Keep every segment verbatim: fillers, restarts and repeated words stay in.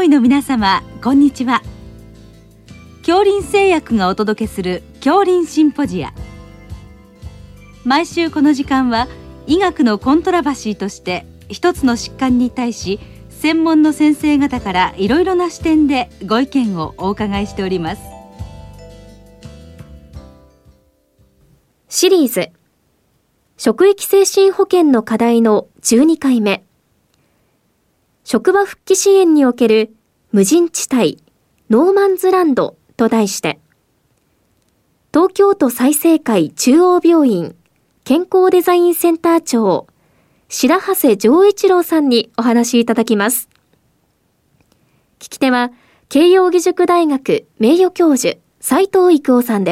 医の皆様、こんにちは。杏林製薬がお届けする杏林シンポジア。毎週この時間は医学のコントラバシーとして一つの疾患に対し専門の先生方からいろいろな視点でご意見をお伺いしております。 シリーズ職域精神保健の課題のじゅうにかいめ、職場復帰支援における無人地帯ノーマンズランドと題して、東京都済生会中央病院健康デザインセンター長白長谷丈一郎さんにお話しいただきます。聞き手は慶應義塾大学名誉教授斉藤育夫さんです。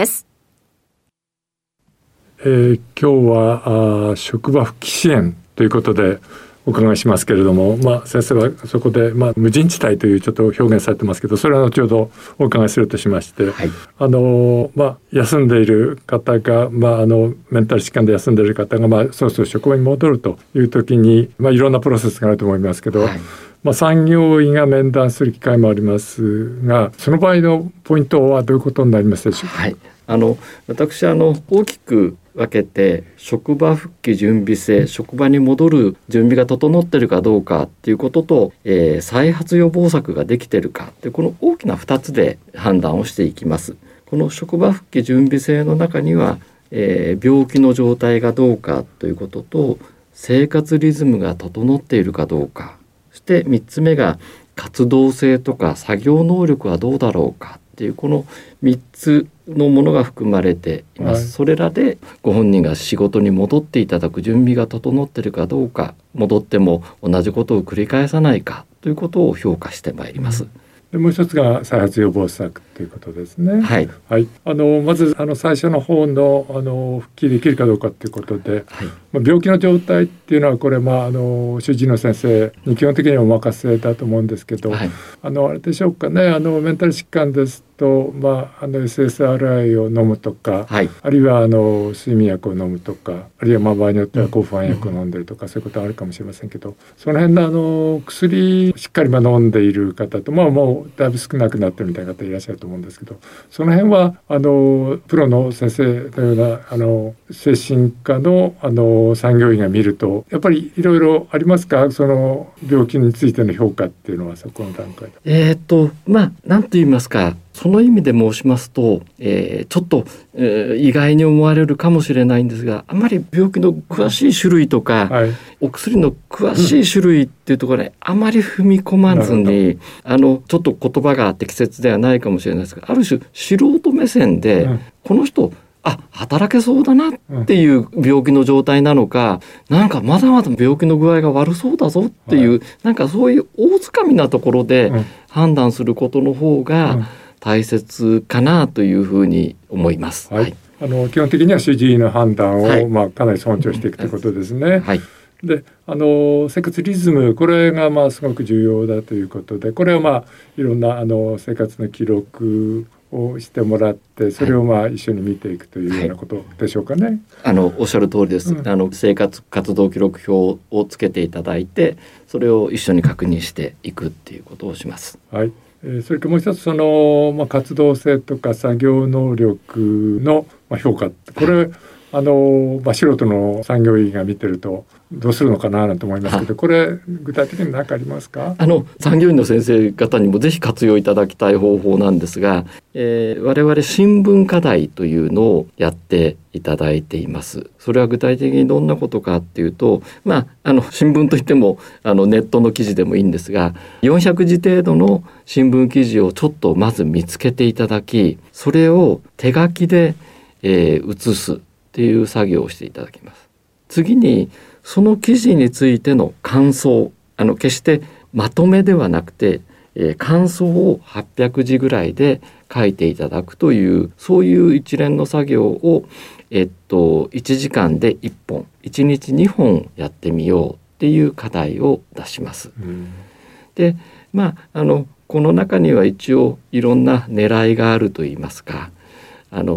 えー、今日はあ職場復帰支援ということでお伺いしますけれども、まあ、先生はそこで、まあ、無人地帯というちょっと表現されてますけど、それは後ほどお伺いするとしまして、はい、あのまあ、休んでいる方が、まあ、あのメンタル疾患で休んでいる方が、まあ、そろそろ職場に戻るという時に、まあ、いろんなプロセスがあると思いますけど、はい、まあ、産業医が面談する機会もありますが、その場合のポイントはどういうことになりますでしょうか。 はい、あの私あの大きく分けて、職場復帰準備性、職場に戻る準備が整っているかどうかっていうことと、えー、再発予防策ができているかで、この大きなふたつで判断をしていきます。この職場復帰準備性の中には、えー、病気の状態がどうかということと、生活リズムが整っているかどうか、そしてみっつめが活動性とか作業能力はどうだろうかっていう、このみっつのものが含まれています、はい、それらでご本人が仕事に戻っていただく準備が整っているかどうか、戻っても同じことを繰り返さないかということを評価してまいります、うん、 でもう一つが再発予防策ということですね。 はい、 はい、あのまずあの最初の方の、あの復帰できるかどうかということで、はい、まあ、病気の状態っていうのはこれ、まあ、あの主治医の先生に基本的にはお任せだと思うんですけど、はい、あのあれでしょうかね、あのメンタル疾患ですと、まあ、あの エスエスアールアイ を飲むとか、はい、あるいはあの睡眠薬を飲むとか、あるいはまあ場合によっては抗不安薬を飲んでるとか、うん、そういうことはあるかもしれませんけど、その辺のあの薬しっかりまあ飲んでいる方と、まあ、もうだいぶ少なくなってるみたいな方いらっしゃると思うんですけど、その辺はあのプロの先生のようなあの精神科のあの産業医が見るとやっぱりいろいろありますか、その病気についての評価っていうのはそこの段階で。 えーとまあ何と言いますか、その意味で申しますと、えー、ちょっと、えー、意外に思われるかもしれないんですが、あまり病気の詳しい種類とか、はい、お薬の詳しい種類っていうところにあまり踏み込まずに、うん、あのちょっと言葉が適切ではないかもしれないですが、ある種素人目線で、うん、この人あ働けそうだなっていう病気の状態なのか、うん、なんかまだまだ病気の具合が悪そうだぞっていう、はい、なんかそういう大つかみなところで判断することの方が、うん、大切かなというふうに思います、 はいはい、あの基本的には主治医の判断を、はい、まあ、かなり尊重していくということですね、はい、であの生活リズム、これがまあすごく重要だということで、これはまあいろんなあの生活の記録をしてもらって、それをまあ一緒に見ていくというようなことでしょうかね、はい、 あのおっしゃる通りです、うん、あの生活活動記録表をつけていただいて、それを一緒に確認していくっていうことをします。 はい、それからもう一つ、その、まあ、活動性とか作業能力の評価、これ、はい、あのまあ、素人の産業医が見てるとどうするのかなと思いますけど、これ具体的に何かありますか。 あの産業医の先生方にもぜひ活用いただきたい方法なんですが、えー、我々新聞課題というのをやっていただいています。それは具体的にどんなことかっていうと、まあ、あの新聞といってもあのネットの記事でもいいんですが、よんひゃくじ程度の新聞記事をちょっとまず見つけていただき、それを手書きで、えー、写すっていう作業をしていただきます。次にその記事についての感想、あの決してまとめではなくて、えー、感想をはっぴゃくじぐらいで書いていただくという、そういう一連の作業を、えっと、いちじかんでいっぽん、いちにちにほんやってみようっていう課題を出します。うん、で、まあ、あのこの中には一応いろんな狙いがあるといいますか、あの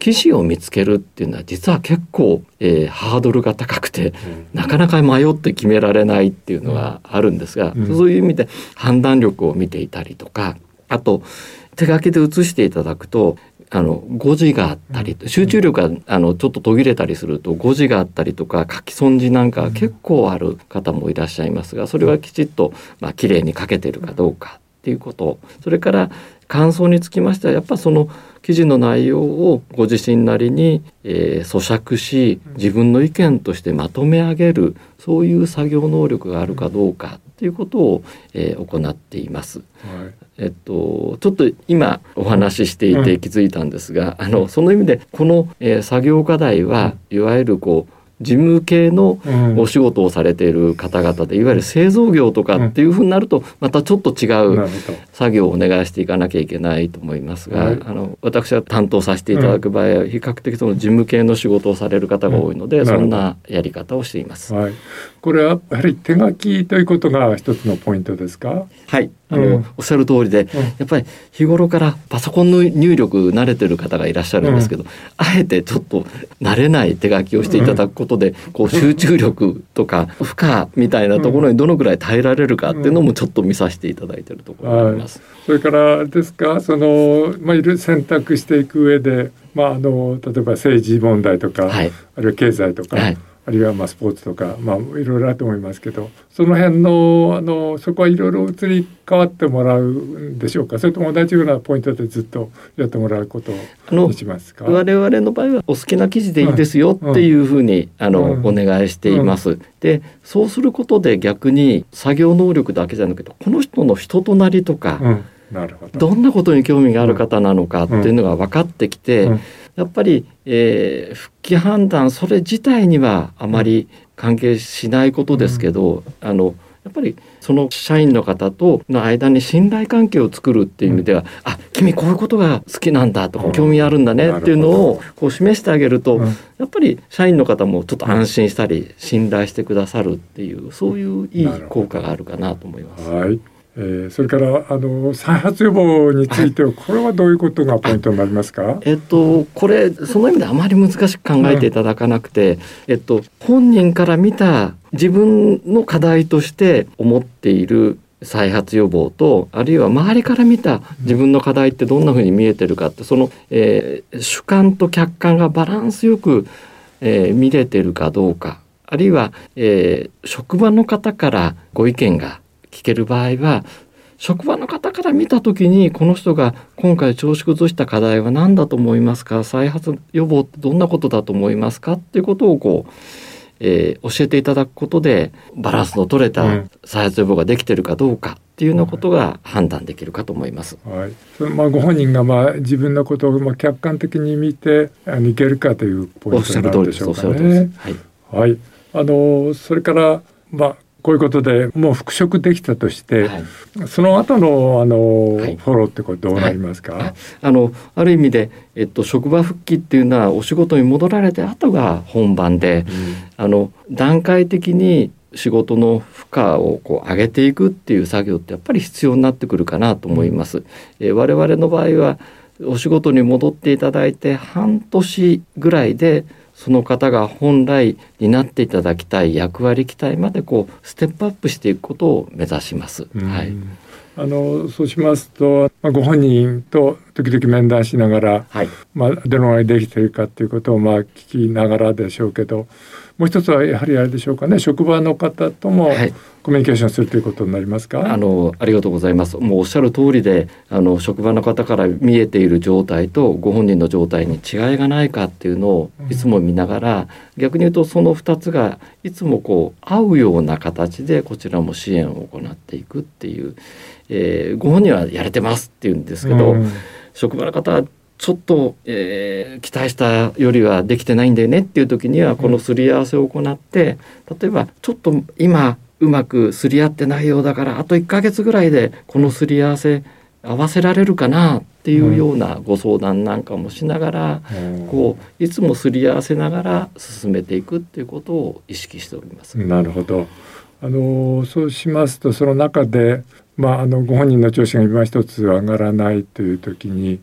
記事を見つけるっていうのは実は結構、えー、ハードルが高くて、うん、なかなか迷って決められないっていうのがあるんですが、うん、そういう意味で判断力を見ていたりとか、あと手書きで写していただくとあの誤字があったり、集中力があのちょっと途切れたりすると誤字があったりとか書き損じなんか結構ある方もいらっしゃいますが、それはきちっとまあ綺麗に書けているかどうかっていうこと、それから感想につきましてはやっぱその記事の内容をご自身なりに、えー、咀嚼し自分の意見としてまとめ上げる、そういう作業能力があるかどうかということを、えー、行っています。はい、えっと、ちょっと今お話ししていて気づいたんですが、うん、あのその意味でこの、えー、作業課題はいわゆるこう事務系のお仕事をされている方々で、いわゆる製造業とかっていうふうになるとまたちょっと違う作業をお願いしていかなきゃいけないと思いますが、はい、あの私は担当させていただく場合は比較的その事務系の仕事をされる方が多いので、うん、そんなやり方をしています。はい、 これはやはり手書きということが一つのポイントですか？ はい、あの、うん、おっしゃる通りで、うん、やっぱり日頃からパソコンの入力慣れてる方がいらっしゃるんですけど、うん、あえてちょっと慣れない手書きをしていただくことで、うん、こう集中力とか負荷みたいなところにどのくらい耐えられるかっていうのもちょっと見させていただいているところがあります。 はい、それからですか、その、まあ、いろいろ選択していく上で、まあ、あの例えば政治問題とか、はい、あるいは経済とか、はい、あるいはまあスポーツとか、まあ、いろいろあると思いますけど、その辺の、あのそこはいろいろ移り変わってもらうんでしょうか、それとも同じようなポイントでずっとやってもらうことにしますか？ 我々の場合はお好きな記事でいいですよっていうふうに、うん、あの、うん、お願いしています。うん、でそうすることで逆に作業能力だけじゃなくてこの人の人となりとか、うん、なるほど、どんなことに興味がある方なのかっていうのが分かってきて、うんうん、やっぱり、えー、復帰判断それ自体にはあまり関係しないことですけど、うん、あのやっぱりその社員の方との間に信頼関係を作るっていう意味では、うん、あ、君こういうことが好きなんだとか、うん、興味あるんだねっていうのをこう示してあげると、うん、やっぱり社員の方もちょっと安心したり信頼してくださるっていう、そういういい効果があるかなと思います。 はい、えー、それからあの再発予防についてはこれはどういうことがポイントになりますか？ えっとこれその意味であまり難しく考えていただかなくて、うん、えっと本人から見た自分の課題として思っている再発予防と、あるいは周りから見た自分の課題ってどんなふうに見えてるかって、その、えー、主観と客観がバランスよく、えー、見れてるかどうか、あるいは、えー、職場の方からご意見が聞ける場合は、職場の方から見た時にこの人が今回調子崩した課題は何だと思いますか、再発予防ってどんなことだと思いますかっていうことをこう、えー、教えていただくことでバランスの取れた再発予防ができているかどうかっていうようなことが判断できるかと思います。 はい、そのまあご本人がまあ自分のことをまあ客観的に見ていけるかというポイントになるんでしょうかね。はい、はい、あのそれからまあこういうことでもう復職できたとして、はい、その後のあの、はい、フォローってこれどうなりますか？はいはい、 あのある意味で、えっと、職場復帰っていうのはお仕事に戻られて後が本番で、うん、あの段階的に仕事の負荷をこう上げていくっていう作業ってやっぱり必要になってくるかなと思います。うん、えー、我々の場合はお仕事に戻っていただいて半年ぐらいでその方が本来担っていただきたい役割期待までこうステップアップしていくことを目指します。はい、 あのそうしますと、まあ、ご本人と時々面談しながら、はい、まあ、どのぐらいできているかということをまあ聞きながらでしょうけど、もう一つはやはりあれでしょうかね、職場の方ともコミュニケーションするということになりますか？はい、 あのありがとうございます。もうおっしゃる通りで、あの職場の方から見えている状態とご本人の状態に違いがないかっていうのをいつも見ながら、うん、逆に言うとそのふたつがいつもこう合うような形でこちらも支援を行っていくっていう、えー、ご本人はやれてますっていうんですけど、うん、職場の方はちょっと、えー、期待したよりはできてないんだよねっていう時にはこのすり合わせを行って、例えばちょっと今うまくすり合ってないようだからあといっかげつぐらいでこのすり合わせ合わせられるかなっていうようなご相談なんかもしながら、うん、こういつもすり合わせながら進めていくっていうことを意識しております。 なるほど。あのそうしますとその中で、まあ、あのご本人の調子が今一つ上がらないという時に、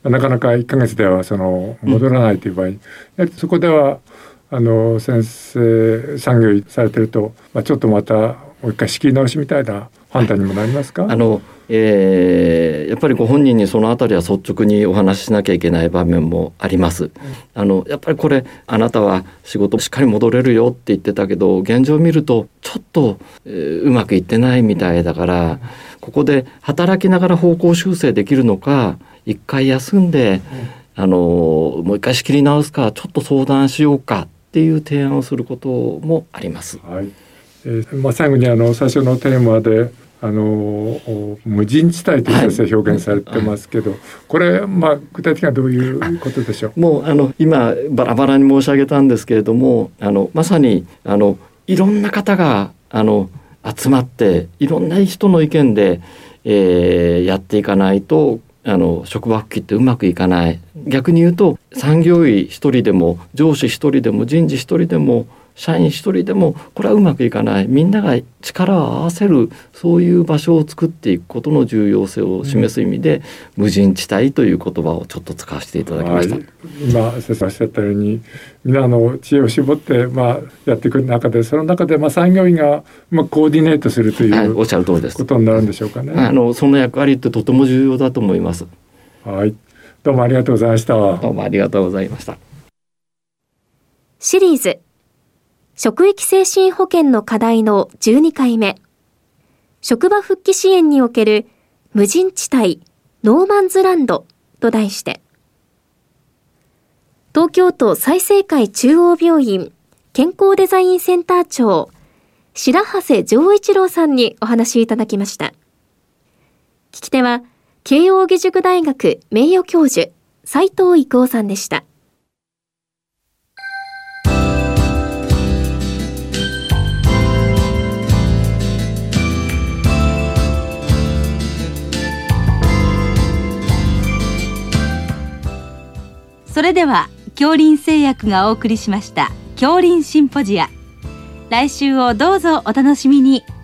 なかなかいっかげつではその戻らないという場合、うん、やはりそこではあの先生産業医されてると、まあ、ちょっとまたもう一回仕切り直しみたいな判断にもなりますか？ あの、えー、やっぱりご本人にそのあたりは率直にお話ししなきゃいけない場面もあります、うん、あのやっぱりこれあなたは仕事しっかり戻れるよって言ってたけど現状を見るとちょっと、えー、うまくいってないみたいだから、うん、ここで働きながら方向修正できるのか一回休んで、うん、あのもう一回仕切り直すかちょっと相談しようかっていう提案をすることもあります。 はい、えーまあ、最後にあの最初のテーマであの無人地帯という先生表現されてますけど、はい、これ、まあ、具体的にはどういうことでしょう？ もうあの今バラバラに申し上げたんですけれどもあのまさにあのいろんな方があの集まっていろんな人の意見で、えー、やっていかないとあの職場復帰ってうまくいかない。逆に言うと産業医一人でも上司一人でも人事一人でも社員一人でもこれはうまくいかない。みんなが力を合わせるそういう場所を作っていくことの重要性を示す意味で、うん、無人地帯という言葉をちょっと使わせていただきました。はい、 今先生おっしゃったようにみんなの知恵を絞って、まあ、やっていく中でその中で、まあ、産業医が、まあ、コーディネートするという、はい、 おっしゃる通りです。 ことになるんでしょうかね。 あのその役割ってとても重要だと思います。 はい、どうもありがとうございました。 どうもありがとうございました。 シリーズ職域精神保健の課題のじゅうにかいめ、職場復帰支援における無人地帯ノーマンズランドと題して、東京都済生会中央病院健康デザインセンター長白長谷丈一郎さんにお話しいただきました。聞き手は慶應義塾大学名誉教授斉藤育夫さんでした。 それでは杏林製薬がお送りしました杏林シンポジア、来週をどうぞお楽しみに。